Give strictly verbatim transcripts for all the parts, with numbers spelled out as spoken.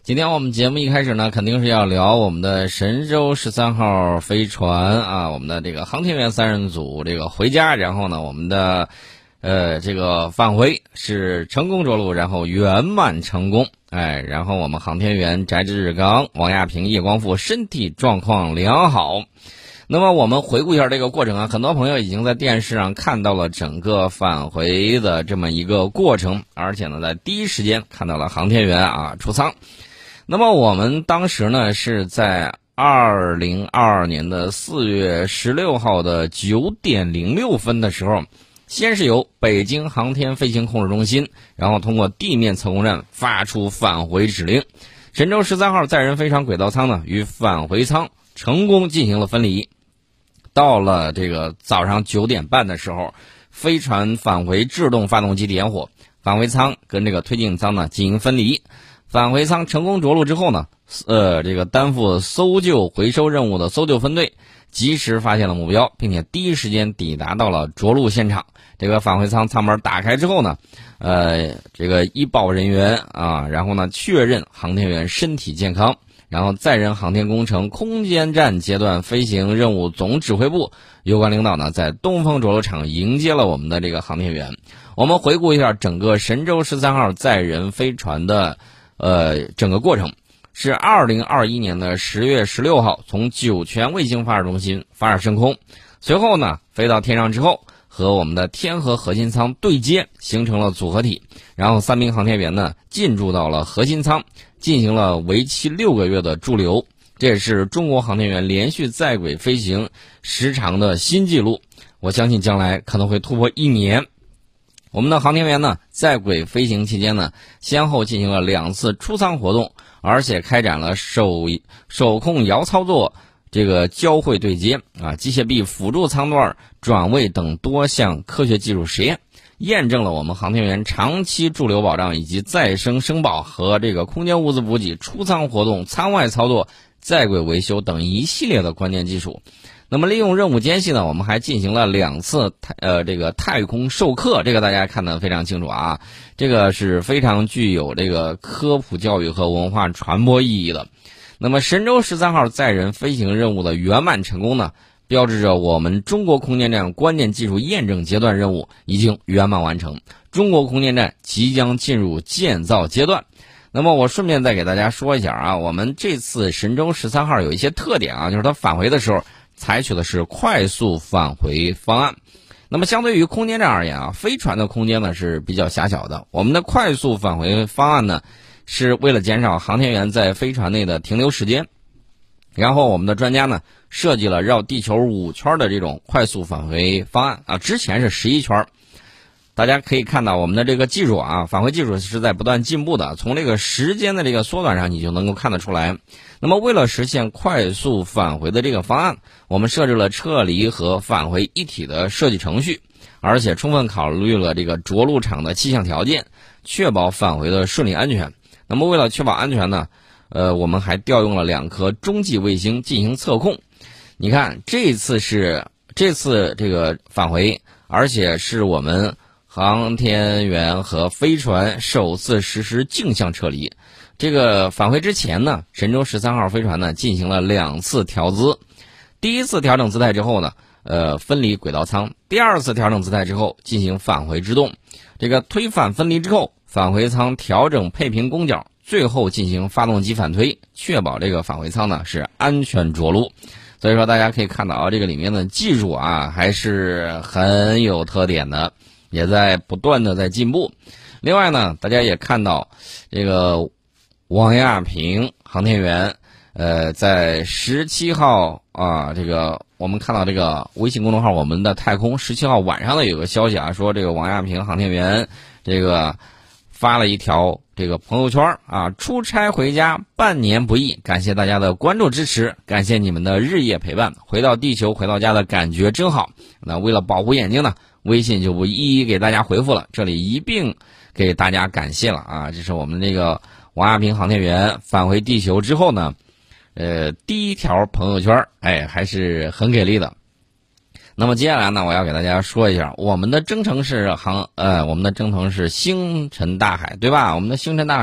今天我们节目一开始呢，肯定是要聊我们的神舟十三号飞船啊，我们的这个航天员三人组这个回家，然后呢，我们的呃这个返回是成功着陆，然后圆满成功，哎，然后我们航天员翟志刚、王亚平、叶光富身体状况良好。那么我们回顾一下这个过程啊，很多朋友已经在电视上看到了整个返回的这么一个过程，而且呢，在第一时间看到了航天员啊出舱。那么我们当时呢是在二零二二年的四月十六号的九点零六分的时候，先是由北京航天飞行控制中心，然后通过地面测控站发出返回指令。神舟十三号载人飞船轨道舱呢与返回舱成功进行了分离。到了这个早上九点半的时候，飞船返回制动发动机点火，返回舱跟这个推进舱呢进行分离。返回舱成功着陆之后呢，呃，这个担负搜救回收任务的搜救分队及时发现了目标，并且第一时间抵达到了着陆现场。这个返回舱舱门打开之后呢，呃，这个医保人员啊，然后呢确认航天员身体健康，然后载人航天工程空间站阶段飞行任务总指挥部有关领导呢，在东风着陆场迎接了我们的这个航天员。我们回顾一下整个神舟十三号载人飞船的呃，整个过程是二零二一年的十月十六号从酒泉卫星发射中心发射升空，随后呢飞到天上之后和我们的天河核心舱对接，形成了组合体，然后三名航天员呢进驻到了核心舱，进行了为期六个月的驻留，这也是中国航天员连续在轨飞行时长的新纪录，我相信将来可能会突破一年。我们的航天员呢，在轨飞行期间呢，先后进行了两次出舱活动，而且开展了手手控摇操作、这个交会对接啊、机械臂辅助舱段转位等多项科学技术实验，验证了我们航天员长期驻留保障以及再生升保和这个空间物资补给、出舱活动、舱外操作、在轨维修等一系列的关键技术。那么利用任务间隙呢，我们还进行了两次太呃这个太空授课，这个大家看得非常清楚啊，这个是非常具有这个科普教育和文化传播意义的。那么神舟十三号载人飞行任务的圆满成功呢，标志着我们中国空间站关键技术验证阶段任务已经圆满完成，中国空间站即将进入建造阶段。那么我顺便再给大家说一下啊，我们这次神舟十三号有一些特点啊，就是它返回的时候采取的是快速返回方案。那么相对于空间站而言啊，飞船的空间呢是比较狭小的，我们的快速返回方案呢是为了减少航天员在飞船内的停留时间，然后我们的专家呢设计了绕地球五圈的这种快速返回方案啊，之前是十一圈。大家可以看到我们的这个技术啊，返回技术是在不断进步的，从这个时间的这个缩短上你就能够看得出来。那么为了实现快速返回的这个方案，我们设置了撤离和返回一体的设计程序，而且充分考虑了这个着陆场的气象条件，确保返回的顺利安全。那么为了确保安全呢，呃，我们还调用了两颗中继卫星进行测控。你看这次是这次这个返回，而且是我们航天员和飞船首次实施径向撤离。这个返回之前呢，神舟十三号飞船呢进行了两次调姿。第一次调整姿态之后呢，呃，分离轨道舱；第二次调整姿态之后进行返回制动。这个推返分离之后，返回舱调整配平弓角，最后进行发动机反推，确保这个返回舱呢是安全着陆。所以说大家可以看到啊，这个里面的技术啊还是很有特点的，也在不断的在进步。另外呢，大家也看到这个王亚平航天员呃在十七号啊，这个我们看到这个微信公众号我们的太空十七号晚上的有个消息啊，说这个王亚平航天员这个发了一条这个朋友圈啊，出差回家半年不易，感谢大家的关注支持，感谢你们的日夜陪伴，回到地球回到家的感觉真好。那为了保护眼睛呢，微信就不一一给大家回复了，这里一并给大家感谢了啊！这是我们这个王亚平航天员返回地球之后呢，呃，第一条朋友圈，哎，还是很给力的。那么接下来呢，我要给大家说一下我们的征程是航呃，我们的征程是星辰大海，对吧？我们的星辰大海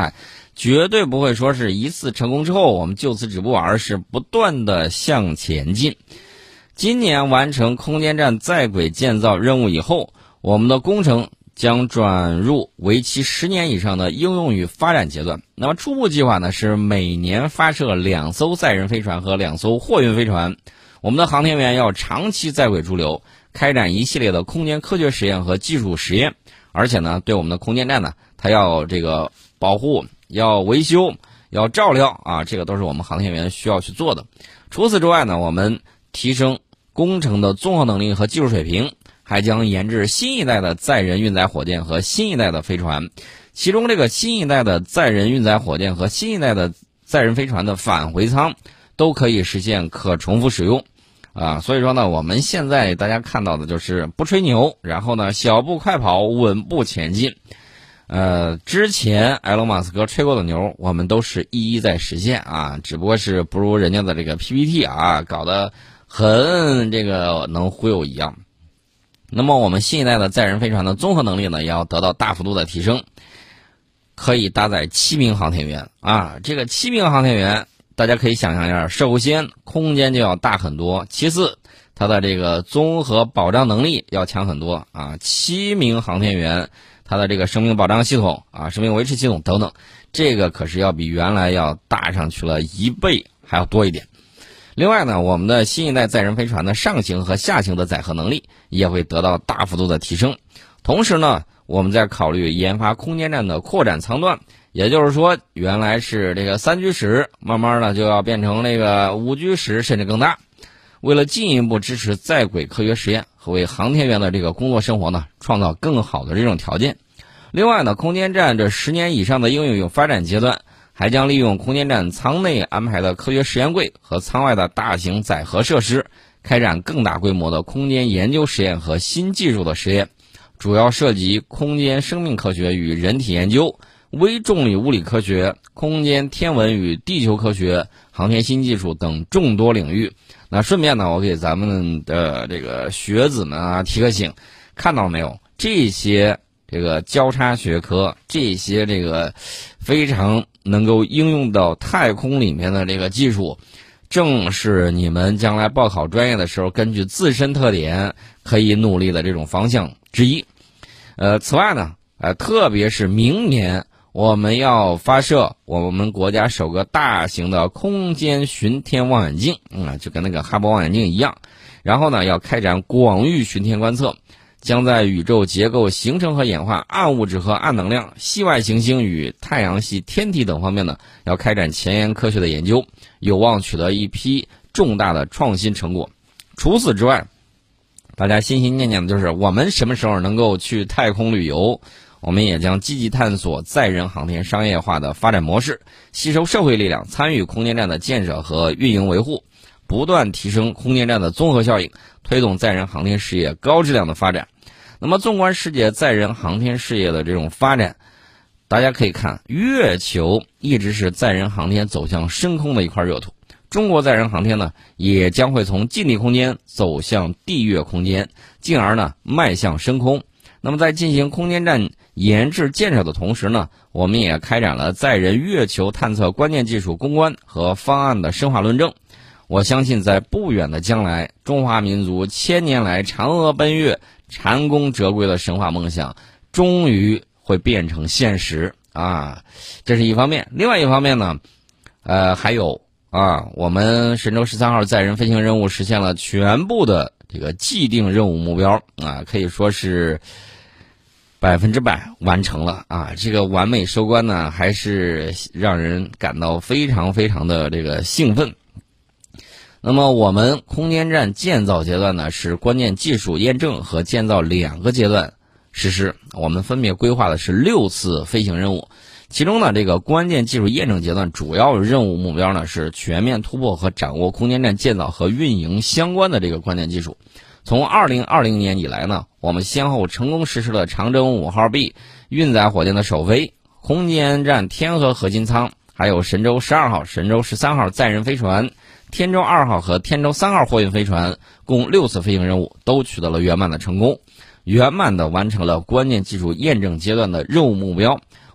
绝对不会说是一次成功之后我们就此止步，而是不断的向前进。今年完成空间站在轨建造任务以后，我们的工程将转入为期十年以上的应用与发展阶段。那么初步计划呢是每年发射两艘载人飞船和两艘货运飞船，我们的航天员要长期在轨驻留，开展一系列的空间科学实验和技术实验，而且呢对我们的空间站呢，它要这个保护、要维修、要照料啊，这个都是我们航天员需要去做的。除此之外呢，我们提升工程的综合能力和技术水平，还将研制新一代的载人运载火箭和新一代的飞船，其中这个新一代的载人运载火箭和新一代的载人飞船的返回舱都可以实现可重复使用啊。所以说呢，我们现在大家看到的就是不吹牛，然后呢小步快跑，稳步前进。呃，之前埃隆马斯克吹过的牛，我们都是一一在实现啊，只不过是不如人家的这个 P P T 啊搞得很这个能忽悠一样。那么我们新一代的载人飞船的综合能力呢，也要得到大幅度的提升，可以搭载七名航天员啊。这个七名航天员，大家可以想象一下，首先空间就要大很多，其次它的这个综合保障能力要强很多啊。七名航天员，它的这个生命保障系统啊、生命维持系统等等，这个可是要比原来要大上去了一倍还要多一点。另外呢，我们的新一代载人飞船的上行和下行的载荷能力也会得到大幅度的提升。同时呢，我们在考虑研发空间站的扩展舱段，也就是说，原来是这个三居室，慢慢的就要变成那个五居室，甚至更大。为了进一步支持在轨科学实验和为航天员的这个工作生活呢，创造更好的这种条件。另外呢，空间站这十年以上的应用与发展阶段，还将利用空间站舱内安排的科学实验柜和舱外的大型载荷设施，开展更大规模的空间研究实验和新技术的实验，主要涉及空间生命科学与人体研究、微重力物理科学、空间天文与地球科学、航天新技术等众多领域。那顺便呢，我给咱们的这个学子们啊提个醒，看到了没有？这些这个交叉学科，这些这个非常能够应用到太空里面的这个技术，正是你们将来报考专业的时候根据自身特点可以努力的这种方向之一。呃，此外呢，呃，特别是明年我们要发射我们国家首个大型的空间巡天望远镜，嗯，就跟那个哈勃望远镜一样。然后呢，要开展广域巡天观测，将在宇宙结构形成和演化、暗物质和暗能量、系外行星与太阳系天体等方面呢，要开展前沿科学的研究，有望取得一批重大的创新成果。除此之外，大家心心念念的就是我们什么时候能够去太空旅游。我们也将积极探索载人航天商业化的发展模式，吸收社会力量，参与空间站的建设和运营维护，不断提升空间站的综合效应，推动载人航天事业高质量的发展。那么纵观世界载人航天事业的这种发展，大家可以看，月球一直是载人航天走向深空的一块热土，中国载人航天呢，也将会从近地空间走向地月空间，进而呢迈向深空。那么在进行空间站研制建设的同时呢，我们也开展了载人月球探测关键技术攻关和方案的深化论证。我相信在不远的将来，中华民族千年来嫦娥奔月、蟾宫折龟的神话梦想终于会变成现实啊！这是一方面。另外一方面呢，呃，还有啊，我们神舟十三号载人飞行任务实现了全部的这个既定任务目标啊，可以说是百分之百完成了啊！这个完美收官呢，还是让人感到非常非常的这个兴奋。那么我们空间站建造阶段呢，是关键技术验证和建造两个阶段实施，我们分别规划的是六次飞行任务。其中呢，这个关键技术验证阶段主要任务目标呢是全面突破和掌握空间站建造和运营相关的这个关键技术。从二零二零年以来呢，我们先后成功实施了长征五号 B 运载火箭的首飞、空间站天河核心舱，还有神舟十二号、神舟十三号载人飞船、天舟二号和天舟三号货运飞船共六次飞行任务都取得了圆满的成功，圆满的完成了关键技术验证阶段的任务目标，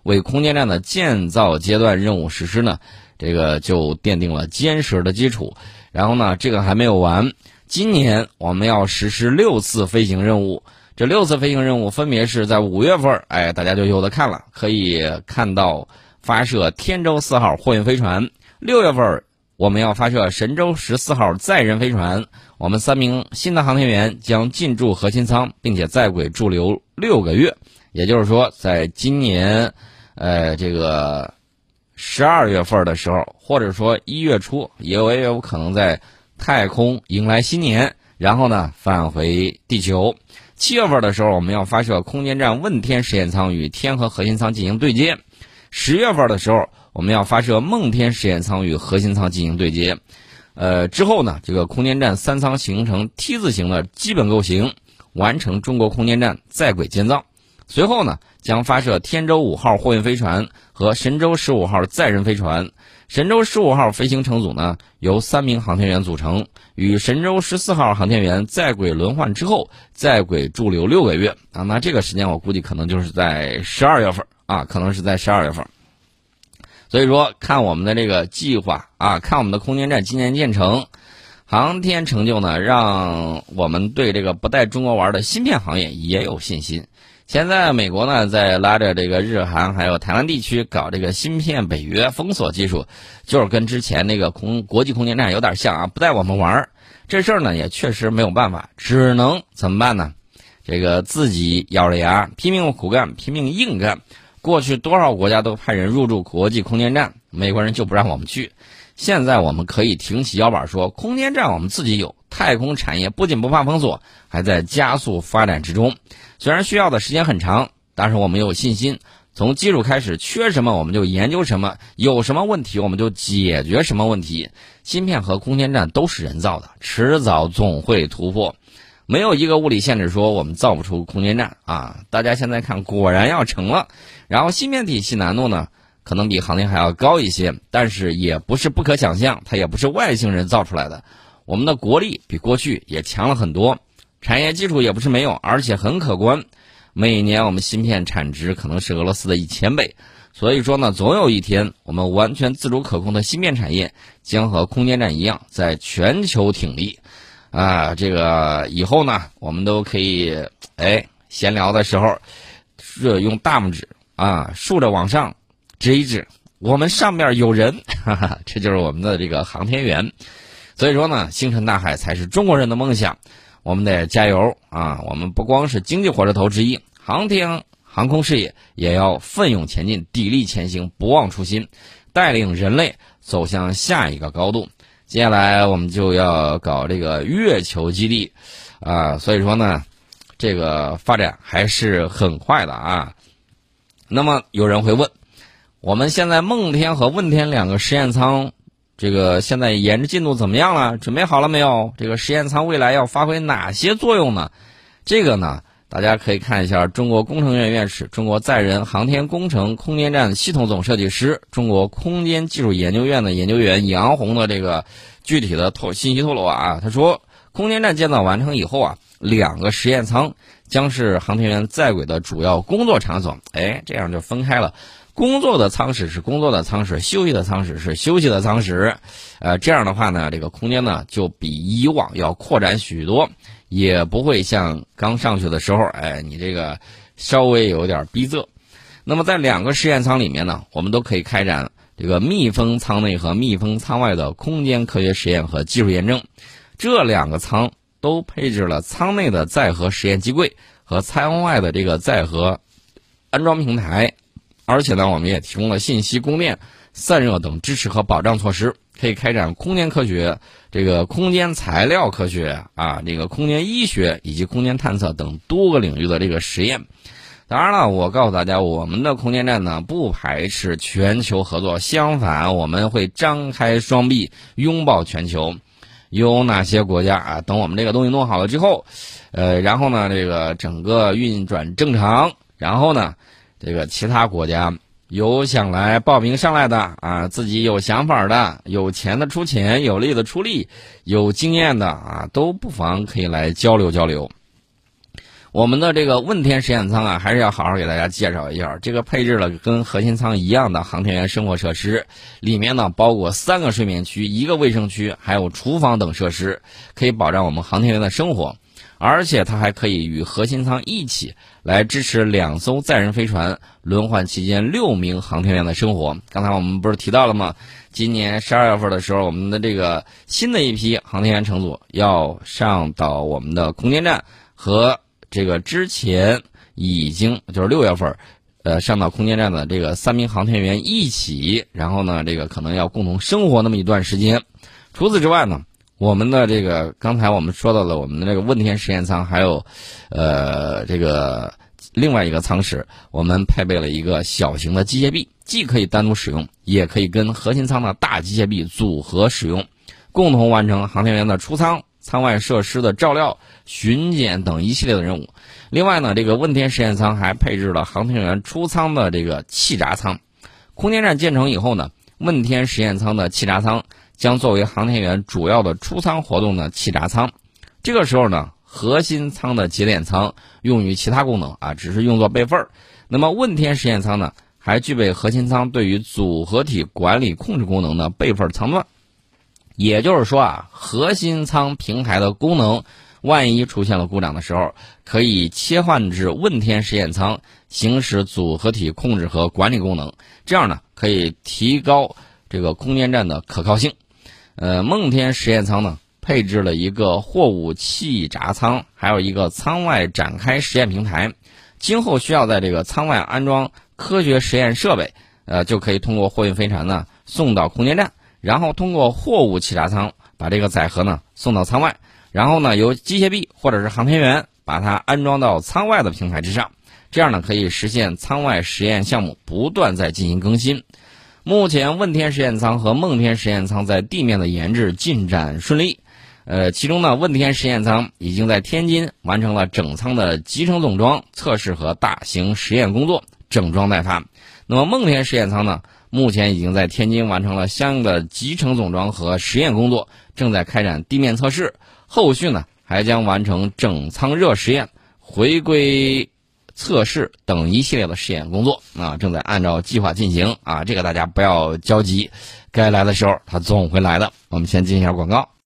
为空间站的建造阶段任务实施呢，这个就奠定了坚实的基础。然后呢，这个还没有完，今年我们要实施六次飞行任务。这六次飞行任务分别是在五月份，哎，大家就有的看了，可以看到发射天舟四号货运飞船。六月份我们要发射神舟十四号载人飞船，我们三名新的航天员将进驻核心舱，并且在轨驻留六个月。也就是说，在今年，呃，这个十二月份的时候，或者说一月初，也有也有可能在太空迎来新年，然后呢返回地球。七月份的时候，我们要发射空间站问天实验舱与天河核心舱进行对接。十月份的时候，我们要发射梦天实验舱与核心舱进行对接。呃，之后呢，这个空间站三舱形成 T 字形的基本构型，完成中国空间站在轨建造。随后呢，将发射天舟五号货运飞船和神舟十五号载人飞船。神舟十五号飞行乘组呢，由三名航天员组成，与神舟十四号航天员在轨轮换之后，在轨驻留六个月啊。那这个时间我估计可能就是在十二月份啊，可能是在十二月份。所以说，看我们的这个计划啊，看我们的空间站今年建成，航天成就呢，让我们对这个不带中国玩的芯片行业也有信心。现在美国呢在拉着这个日韩还有台湾地区搞这个芯片北约封锁技术，就是跟之前那个空国际空间站有点像啊，不带我们玩。这事儿呢也确实没有办法，只能怎么办呢？这个自己咬着牙拼命苦干，拼命硬干。过去多少国家都派人入驻国际空间站，美国人就不让我们去。现在我们可以挺起腰板说，空间站我们自己有，太空产业不仅不怕封锁，还在加速发展之中。虽然需要的时间很长，但是我们有信心，从基础开始，缺什么我们就研究什么，有什么问题我们就解决什么问题。芯片和空间站都是人造的，迟早总会突破。没有一个物理限制说我们造不出空间站啊！大家现在看，果然要成了。然后芯片体系难度呢，可能比航天还要高一些，但是也不是不可想象，它也不是外星人造出来的。我们的国力比过去也强了很多，产业基础也不是没有，而且很可观。每年我们芯片产值可能是俄罗斯的一千倍。所以说呢，总有一天我们完全自主可控的芯片产业将和空间站一样，在全球挺立。啊，这个以后呢，我们都可以哎闲聊的时候，是用大拇指啊竖着往上指一指，我们上面有人，哈哈，这就是我们的这个航天员。所以说呢，星辰大海才是中国人的梦想，我们得加油啊！我们不光是经济火车头之一，航天航空事业也要奋勇前进，砥砺前行，不忘初心，带领人类走向下一个高度。接下来我们就要搞这个月球基地，啊，所以说呢，这个发展还是很快的啊。那么有人会问，我们现在梦天和问天两个实验舱，这个现在研制进度怎么样了？准备好了没有？这个实验舱未来要发挥哪些作用呢？这个呢，大家可以看一下中国工程院院士、中国载人航天工程空间站系统总设计师、中国空间技术研究院的研究员杨红的这个具体的透信息透露啊。他说，空间站建造完成以后啊，两个实验舱将是航天员在轨的主要工作场所。哎，这样就分开了。工作的舱室是工作的舱室，休息的舱室是休息的舱室。呃，这样的话呢，这个空间呢就比以往要扩展许多。也不会像刚上去的时候，哎，你这个稍微有点逼仄。那么在两个实验舱里面呢，我们都可以开展这个密封舱内和密封舱外的空间科学实验和技术验证。这两个舱都配置了舱内的载荷实验机柜和舱外的这个载荷安装平台，而且呢，我们也提供了信息供电、散热等支持和保障措施，可以开展空间科学、这个空间材料科学啊、这个空间医学以及空间探测等多个领域的这个实验。当然了，我告诉大家，我们的空间站呢不排斥全球合作，相反，我们会张开双臂拥抱全球。有哪些国家啊？等我们这个东西弄好了之后，呃，然后呢，这个整个运转正常，然后呢，这个其他国家有想来报名上来的啊，自己有想法的，有钱的出钱，有力的出力，有经验的啊，都不妨可以来交流交流。 我们的这个问天实验舱啊，还是要好好给大家介绍一下。这个配置了跟核心舱一样的航天员生活设施，里面呢包括三个睡眠区、一个卫生区，还有厨房等设施，可以保障我们航天员的生活。而且它还可以与核心舱一起来支持两艘载人飞船轮换期间六名航天员的生活。刚才我们不是提到了吗？今年十二月份的时候，我们的这个新的一批航天员乘组要上到我们的空间站，和这个之前已经就是六月份呃上到空间站的这个三名航天员一起，然后呢这个可能要共同生活那么一段时间。除此之外呢，我们的这个刚才我们说到了我们的这个问天实验舱，还有呃这个另外一个舱室，我们配备了一个小型的机械臂，既可以单独使用，也可以跟核心舱的大机械臂组合使用，共同完成航天员的出舱、舱外设施的照料、巡检等一系列的任务。另外呢，这个问天实验舱还配置了航天员出舱的这个气闸舱。空间站建成以后呢，问天实验舱的气闸舱将作为航天员主要的出舱活动的气闸舱。这个时候呢，核心舱的节点舱用于其他功能啊，只是用作备份。那么问天实验舱呢，还具备核心舱对于组合体管理控制功能的备份舱段。也就是说啊，核心舱平台的功能万一出现了故障的时候，可以切换至问天实验舱行使组合体控制和管理功能，这样呢可以提高这个空间站的可靠性。呃，梦天实验舱呢配置了一个货物气闸舱，还有一个舱外展开实验平台。今后需要在这个舱外安装科学实验设备，呃，就可以通过货运飞船呢送到空间站，然后通过货物气闸舱把这个载荷呢送到舱外，然后呢由机械臂或者是航天员把它安装到舱外的平台之上，这样呢可以实现舱外实验项目不断在进行更新。目前问天实验舱和梦天实验舱在地面的研制进展顺利，呃，其中呢问天实验舱已经在天津完成了整舱的集成总装测试和大型实验工作，整装待发。那么梦天实验舱呢，目前已经在天津完成了相应的集成总装和实验工作，正在开展地面测试，后续呢还将完成整舱热实验、回归测试等一系列的试验工作啊，正在按照计划进行啊，这个大家不要焦急，该来的时候它总会来的。我们先进一下广告。